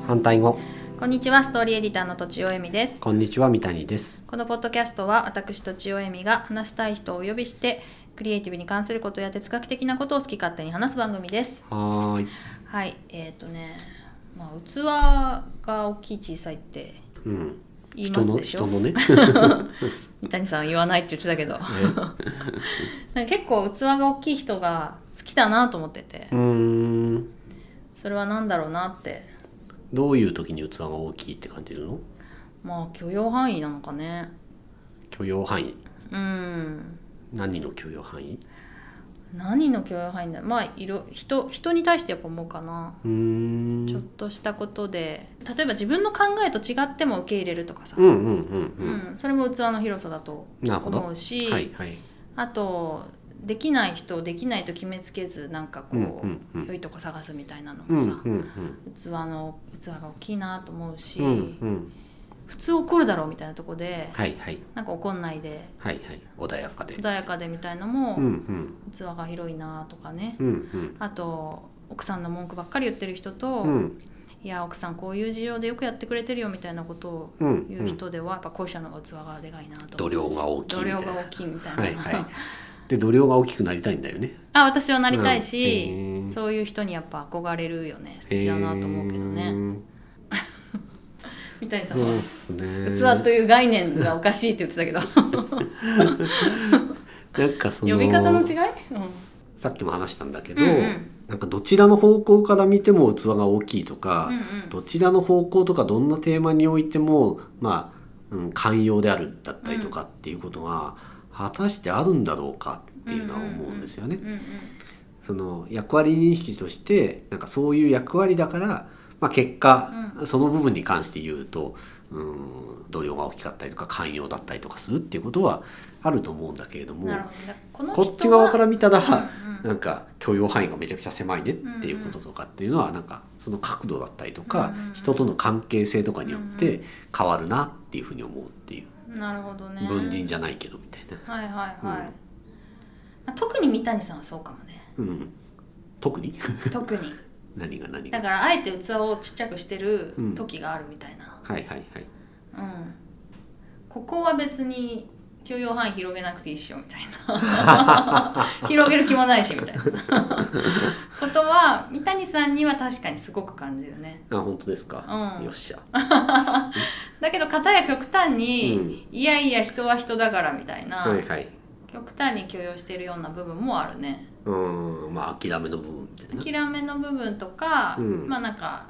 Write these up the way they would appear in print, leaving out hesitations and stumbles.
反対語。 こんにちは、ストーリーエディターのとちおえみです。 こんにちは、三谷です。 このポッドキャストは私とちおえみが話したい人をお呼びしてクリエイティブに関することや哲学的なことを好き勝手に話す番組です。 はい。 はい、器が大きい小さいって言いますでしょ。 人のね三谷さんは言わないって言ってたけどなんか結構器が大きい人が好きだなと思ってて、それは何だろうなって。 どういう時に器が大きいって感じるの？ まあ許容範囲なのかね。 許容範囲。何の許容範囲？ 何の許容範囲だ。まあ人に対してやっぱ思うかな。ちょっとしたことで、例えば自分の考えと違っても受け入れるとかさ、それも器の広さだと思うし、あとできない人をできないと決めつけず、なんかこう、良いとこ探すみたいなのもさ、器が大きいなと思うし、普通怒るだろうみたいなとこで、なんか怒んないで、 穏やかでみたいなのも、器が広いなとかね。あと奥さんの文句ばっかり言ってる人と、いや奥さんこういう事情でよくやってくれてるよみたいなことを言う人では、やっぱ後者の器がでかいなと思う。 度量が大きいみたいな。で度量が大きくなりたいんだよね。 私はなりたいし、そういう人にやっぱ憧れるよね。素敵だなと思うけどね。みたいな。そうですね。器という概念がおかしいって言ってたけどなんかその呼び方の違い、 さっきも話したんだけど、なんかどちらの方向から見ても器が大きいとか、どちらの方向とかどんなテーマにおいても寛容であるだったりとかっていうことが果たしてあるんだろうかっていうのは思うんですよね。その役割認識としてなんかそういう役割だから、結果、その部分に関して言うと度量が大きかったりとか寛容だったりとかするっていうことはあると思うんだけれども、こっち側から見たら、なんか許容範囲がめちゃくちゃ狭いねっていうこととかっていうのは、なんかその角度だったりとか、人との関係性とかによって変わるなっていうふうに思うっていう。 なるほどね。 文人じゃないけどみたいな。 特に三谷さんはそうかもね。 特に何がだからあえて器をちっちゃくしてる時があるみたいな。ここは別に許容範囲広げなくていいっしょみたいな広げる気もないしみたいなことは三谷さんには確かにすごく感じるね。 本当ですか。よっしゃだけど片や極端に、いやいや人は人だからみたいな、極端に許容してるような部分もあるね。 諦めの部分みたいな。 諦めの部分とか、なんか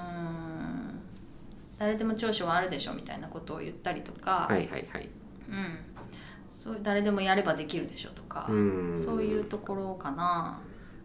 誰でも長所はあるでしょみたいなことを言ったりとか、そう誰でもやればできるでしょとか、そういうところかな。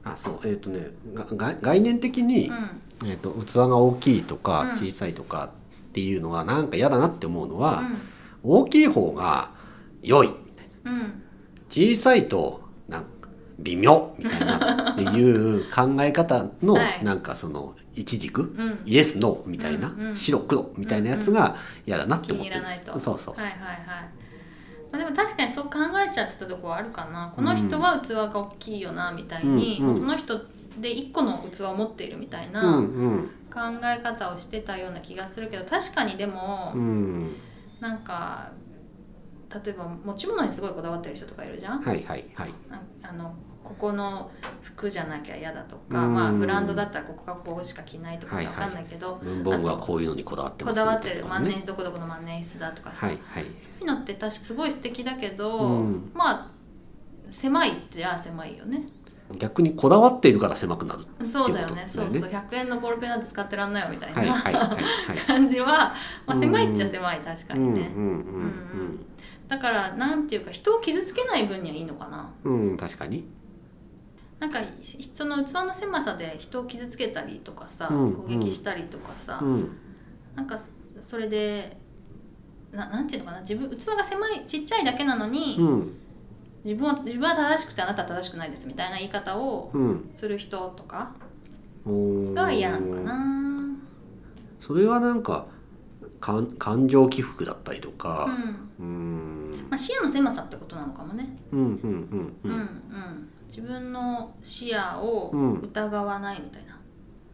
概念的に、器が大きいとか小さいとかっていうのはなんか嫌だなって思うのは、大きい方が良いみたいな、小さいとなんか微妙みたいなっていう考え方のなんかその一軸、イエスノーみたいな、白黒みたいなやつが嫌だなって思ってる。 気に入らないと。 そうそう。 でも確かにそう考えちゃってたところはあるかな。この人は器が大きいよなみたいに、その人で一個の器を持っているみたいな考え方をしてたような気がするけど、確かにでも、なんか例えば持ち物にすごいこだわってる人とかいるじゃん。ここの服じゃなきゃ嫌だとか、ブランドだったらここしか着ないとか分かんないけど、 文房具はこういうのにこだわってますこだわってるどこどこの万年筆だとかさ、そういうのって確かすごい素敵だけど、狭いって狭いよね。 逆にこだわっているから狭くなるっていうことだよね。 そうだよね。そう100円のボールペンなんて使ってらんないよみたいな感じは、狭いっちゃ狭い、確かにね。だからなんていうか、人を傷つけない分にはいいのかな。 確かに。 なんかその器の狭さで人を傷つけたりとかさ、攻撃したりとかさ、なんかそれでなんていうのかな、器が狭いちっちゃいだけなのに、自分は正しくてあなたは正しくないですみたいな言い方をする人とかが嫌なのかな。 それはなんか感情起伏だったりとか、 視野の狭さってことなのかもね。自分の視野を疑わないみたい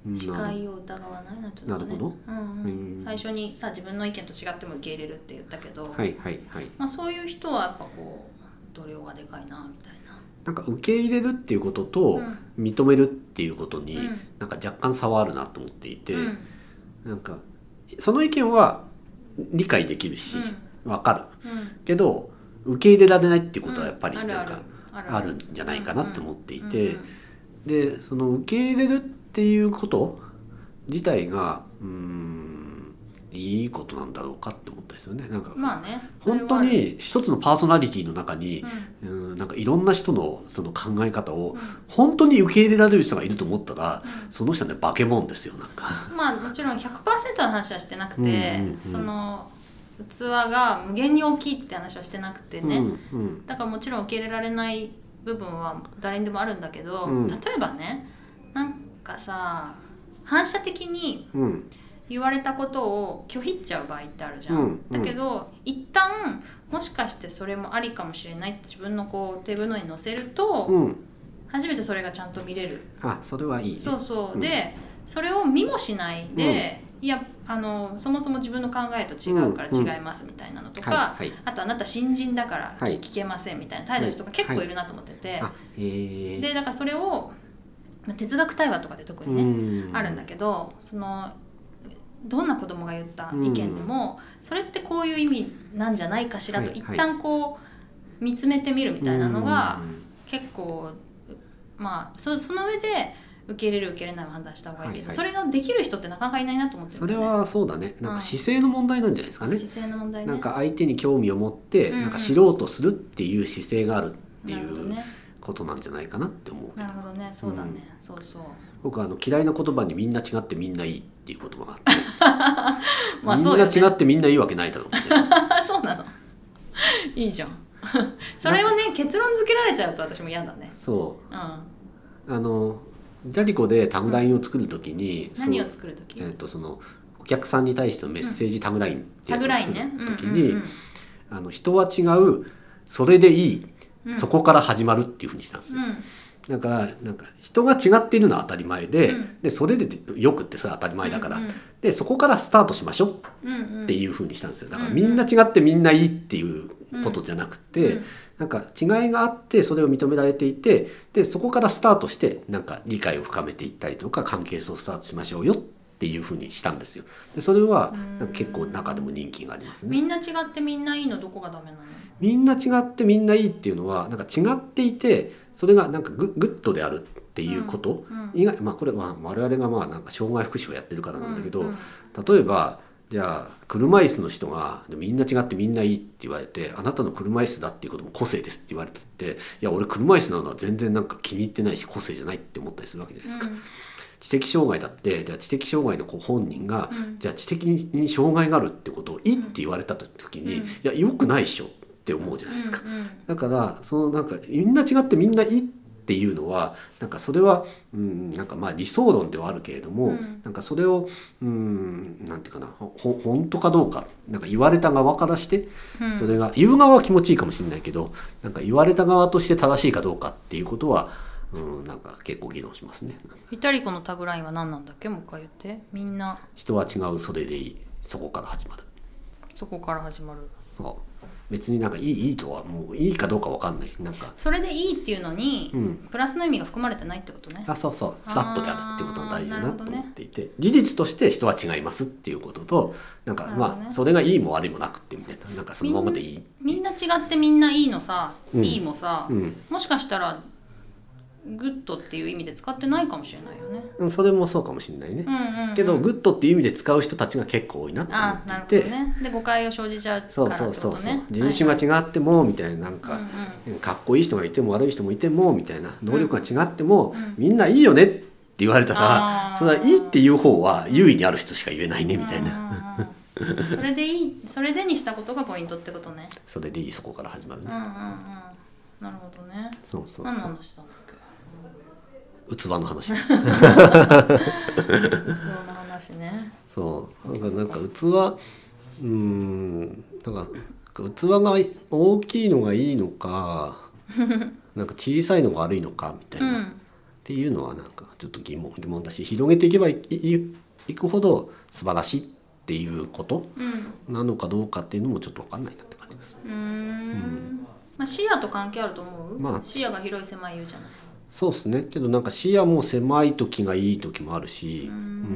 視界を疑わない、なんていうのかね。 なるほど、 最初にさ自分の意見と違っても受け入れるって言ったけど、 はいはいはい、 まあ、そういう人はやっぱこう度量がでかいなみたいな。 なんか受け入れるっていうことと認めるっていうことになんか若干差はあるなと思っていて、なんかその意見は理解できるし分かる、けど受け入れられないっていうことはやっぱりなんかあるんじゃないかなって思っていて、でその受け入れるっていうこと自体がいいことなんだろうかって思ったですよね。なんか、 まあね、 本当に一つのパーソナリティの中に、なんかいろんな人のその考え方を本当に受け入れられる人がいると思ったら、その人はね化け物ですよ。なんかまあもちろん 100% の話はしてなくて、その器が無限に大きいって話はしてなくてね、だからもちろん受け入れられない部分は誰にでもあるんだけど、例えばね、なんかさ反射的に言われたことを拒否っちゃう場合ってあるじゃん、だけど一旦もしかしてそれもありかもしれないって自分のこうテーブルの上に乗せると、初めてそれがちゃんと見れる。 あ、それはいいね。 そうそう、でそれを見もしないで、いやそもそも自分の考えと違うから違いますみたいなのとか、あとあなた新人だから聞けませんみたいな態度の人が結構いるなと思ってて、でだからそれを哲学対話とかで特にねあるんだけど、そのどんな子供が言った意見でも、それってこういう意味なんじゃないかしらと一旦こう見つめてみるみたいなのが結構まあその上で受け入れる受け入れないを判断した方がいいけど、それができる人ってなかなかいないなと思ってるんだよね。 それはそうだね。なんか姿勢の問題なんじゃないですかね。 姿勢の問題ね。 なんか相手に興味を持ってなんか知ろうとするっていう姿勢があるっていうことなんじゃないかなって思うけど。 なるほどね、そうだね、そうそう。 僕は嫌いな言葉にみんな違ってみんないいっていう言葉があってまあそうよね、みんな違ってみんないいわけないだろうってそうなのいいじゃんそれをね結論付けられちゃうと私も嫌だね。 そう、イタリコでタグラインを作るときに、 何を作るとき、 そのお客さんに対してのメッセージタグラインってやつを作るときに、人は違う、それでいい、そこから始まるっていうふうにしたんですよ。だからなんか人が違っているのは当たり前で、でそれでよくってそれは当たり前だから、でそこからスタートしましょうっていうふうにしたんですよ。だからみんな違ってみんないいっていうことじゃなくて、なんか違いがあってそれを認められていて、でそこからスタートしてなんか理解を深めていったりとか関係性をスタートしましょうよっていうふうにしたんですよ。でそれはなんか結構中でも人気がありますね。 みんな違ってみんないいのどこがダメなの？ みんな違ってみんないいっていうのはなんか違っていてそれがなんかグッドであるっていうこと、以外、まあこれは我々がまあなんか障害福祉をやってるからなんだけど、例えばじゃあ車椅子の人がみんな違ってみんないいって言われて、あなたの車椅子だっていうことも個性ですって言われてて、いや俺車椅子なのは全然なんか気に入ってないし個性じゃないって思ったりするわけじゃないですか。知的障害だってじゃあ知的障害の本人が、じゃあ知的に障害があるってことをいいって言われた時に、いや良くないっしょって思うじゃないですか。だからそのなんかみんな違ってみんないいっていうのはなんかそれは、なんかまあ理想論ではあるけれども、なんかそれをなんていうかな、本当かどうかなんか言われた側からして、それが言う側は気持ちいいかもしれないけど、なんか言われた側として正しいかどうかっていうことはなんか結構議論しますね。 イタリコのタグラインは何なんだっけ？もう一回言って。みんな人は違う、それでいい、そこから始まる。 そこから始まる。 そう別になんかいいとはもういいかどうか分かんない。なんかそれでいいっていうのに、プラスの意味が含まれてないってことね。 そうそう、フラットであるっていうことが大事だなと思っていて、事実として人は違いますっていうことと、なんかまあそれがいいも悪いもなくってみたいな、なんかそのままでいい。 みんな違ってみんないいのさ、いいもさ、もしかしたらグッドっていう意味で使ってないかもしれないよね。 それもそうかもしれないね。けどグッドっていう意味で使う人たちが結構多いなって思っていて、 で誤解を生じちゃうからってことね。 そう人種が違ってもみたいな、なんか、かっこいい人がいても悪い人もいてもみたいな、能力が違っても、みんないいよねって言われたら、それはいいっていう方は優位にある人しか言えないねみたいな。 それでいい、それでにしたことがポイントってことね。 それでいい、そこから始まるね。 なるほどね。 そう何の話したんだっけ？ 器の話です。器の話ね。 そうなんか器なんか器が大きいのがいいのかなんか小さいのが悪いのかみたいな、 っていうのはなんかちょっと疑問だし、広げていけば いくほど素晴らしいっていうことなのかどうかっていうのもちょっと分かんないなって感じです。 まあ、視野と関係あると思う、まあ、視野が広い狭い言うじゃない。 そうですね。けどなんか視野も狭い時がいい時もあるし、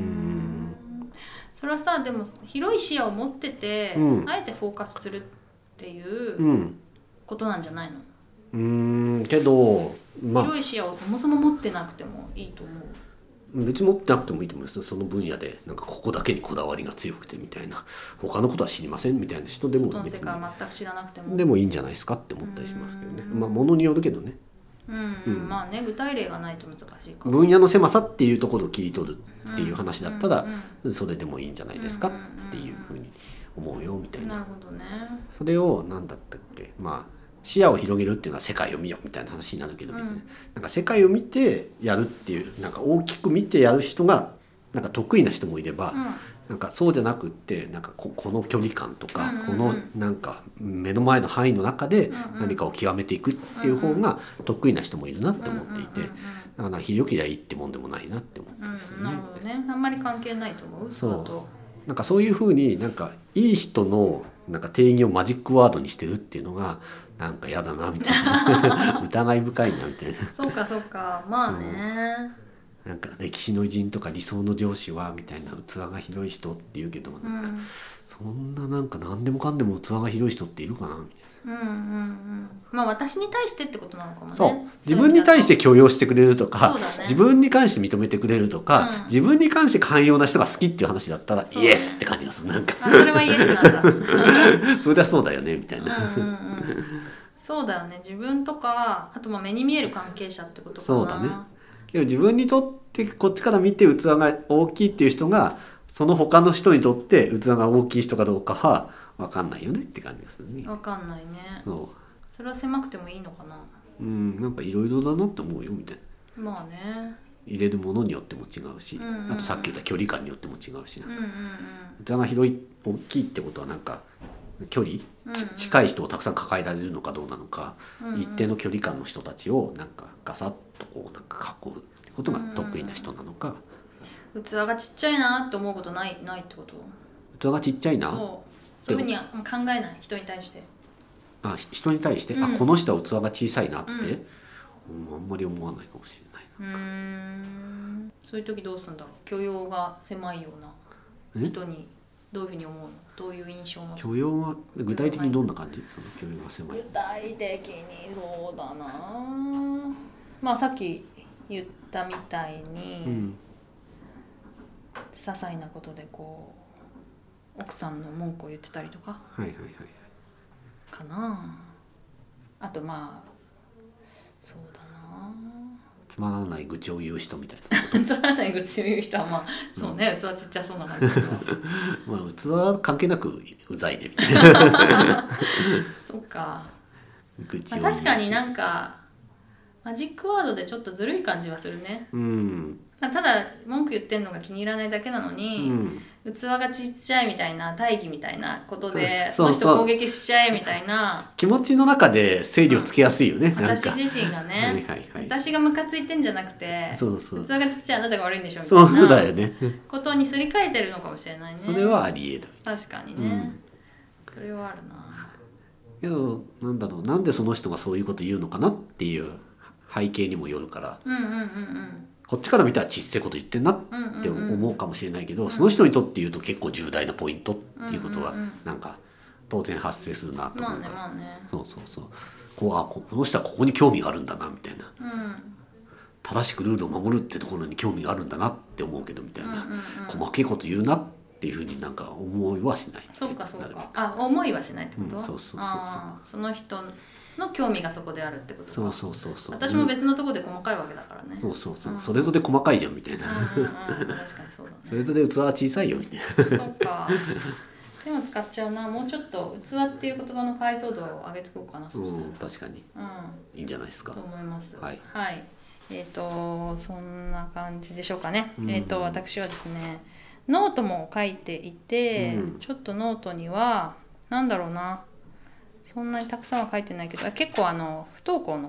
それはさ、でも広い視野を持ってて、あえてフォーカスするっていうことなんじゃないの？ けど、 まあ、広い視野をそもそも持ってなくてもいいと思う。 別に持ってなくてもいいと思います。その分野でなんかここだけにこだわりが強くてみたいな、他のことは知りませんみたいな人でも別に外の世界全く知らなくてもでもいいんじゃないですかって思ったりしますけどね。まあものによるけどね。 まあね、具体例がないと難しいか。 分野の狭さっていうところを切り取るっていう話だったら、それでもいいんじゃないですかっていうふうに思うよみたいな。 なるほどね。 それを何だったっけ、まあ視野を広げるっていうのは世界を見よみたいな話になるけど、別になんか世界を見てやるっていう、なんか大きく見てやる人がなんか得意な人もいれば、なんかそうじゃなくって、なんかこの距離感とか、このなんか目の前の範囲の中で何かを極めていくっていう方が得意な人もいるなって思っていて、だから広けりゃいいってもんでもないなって思ってますね。 なるほどね。あんまり関係ないと思う。 そうなんかそういうふうになんかいい人のなんか定義をマジックワードにしてるっていうのがなんか嫌だなみたいな疑い深いなみたいな。 そうかそうか、まあね。 なんか歴史の偉人とか理想の上司はみたいな器が広い人って言うけど、なんかそんななんか何でもかんでも器が広い人っているかなみたいな。 まあ私に対してってことなのかもね。 そう、自分に対して許容してくれるとか、自分に関して認めてくれるとか、自分に関して寛容な人が好きっていう話だったら、イエスって感じがする。なんかそれはイエスなんだそれはそうだよねみたいな。 そうだよね。自分とかあとまあ目に見える関係者ってことかな。 そうだね。けど自分にとってこっちから見て器が大きいっていう人がその他の人にとって器が大きい人かどうかは分かんないよねって感じがするね。 分かんないね。それは狭くてもいいのかな。 なんかいろいろだなって思うよみたいな。まあね。 入れるものによっても違うし、あとさっき言った距離感によっても違うし、器が広い大きいってことはなんか距離、近い人をたくさん抱えられるのかどうなのか、一定の距離感の人たちをなんかガサッとこうなんか囲うってことが得意な人なのか、 器がちっちゃいなって思うことないってこと？ 器がちっちゃいな、 そういうふうには考えない人に対して。 人に対して、この人は器が小さいなって、あんまり思わないかもしれない。 そういう時どうするんだろう。許容が狭いような人にどういうふうに思うの？どういう印象を持つ？ 許容は具体的にどんな感じ？その許容が狭い。 具体的にそうだな。まあさっき言ったみたいに、些細なことでこう奥さんの文句を言ってたりとか。かな。あとまあそうだな。 つまらない愚痴を言う人みたいな。つまらない愚痴を言う人はまあそうね、器ちっちゃそうな感じだけど。 まあ器は関係なくうざいねみたいな。 そうか。 愚痴を言う確かになんかマジックワードでちょっとずるい感じはするね。ただ文句言ってんのが気に入らないだけなのに、器がちっちゃいみたいな大義みたいなことで、その人攻撃しちゃえみたいな気持ちの中で整理をつけやすいよね。 私自身がね、私がムカついてんじゃなくて、器がちっちゃいあなたが悪いんでしょみたいなそうだよねことにすり替えてるのかもしれないね。 それはあり得る。 確かにね、それはあるな。 けどなんだろう、なんでその人がそういうこと言うのかなっていう背景にもよるから、こっちから見たらちっせえこと言ってんなって思うかもしれないけど、その人にとって言うと結構重大なポイントっていうことはなんか当然発生するなと思うから、そうこの人はここに興味があるんだなみたいな、正しくルールを守るってところに興味があるんだなって思うけどみたいな、細けいこと言うなっていうふうになんか思いはしない。 そうか思いはしないってこと？その人の興味がそこであるってことか。そう私も別のとこで細かいわけだからね。 それぞれ細かいじゃんみたいな。 確かにそうだね。 それぞれ器は小さいよみたいな。 そうか。でも使っちゃうな。もうちょっと器っていう言葉の解像度を上げておこうかな。 確かに。いいんじゃないですか。 と思います。 はい。 そんな感じでしょうかね。私はですね、ノートも書いていて、ちょっとノートにはなんだろうな。そんなにたくさんは書いてないけど、結構不登校の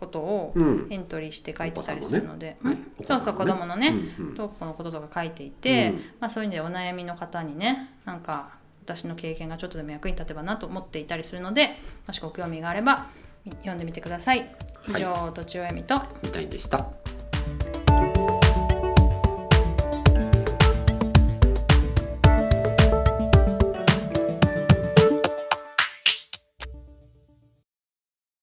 ことをエントリーして書いてたりするので、そうそう、子供のね、不登校のこととか書いていて、そういうのでお悩みの方にね、なんか私の経験がちょっとでも役に立てばなと思っていたりするので、もしご興味があれば読んでみてください。以上、とちおえみとみたいでした。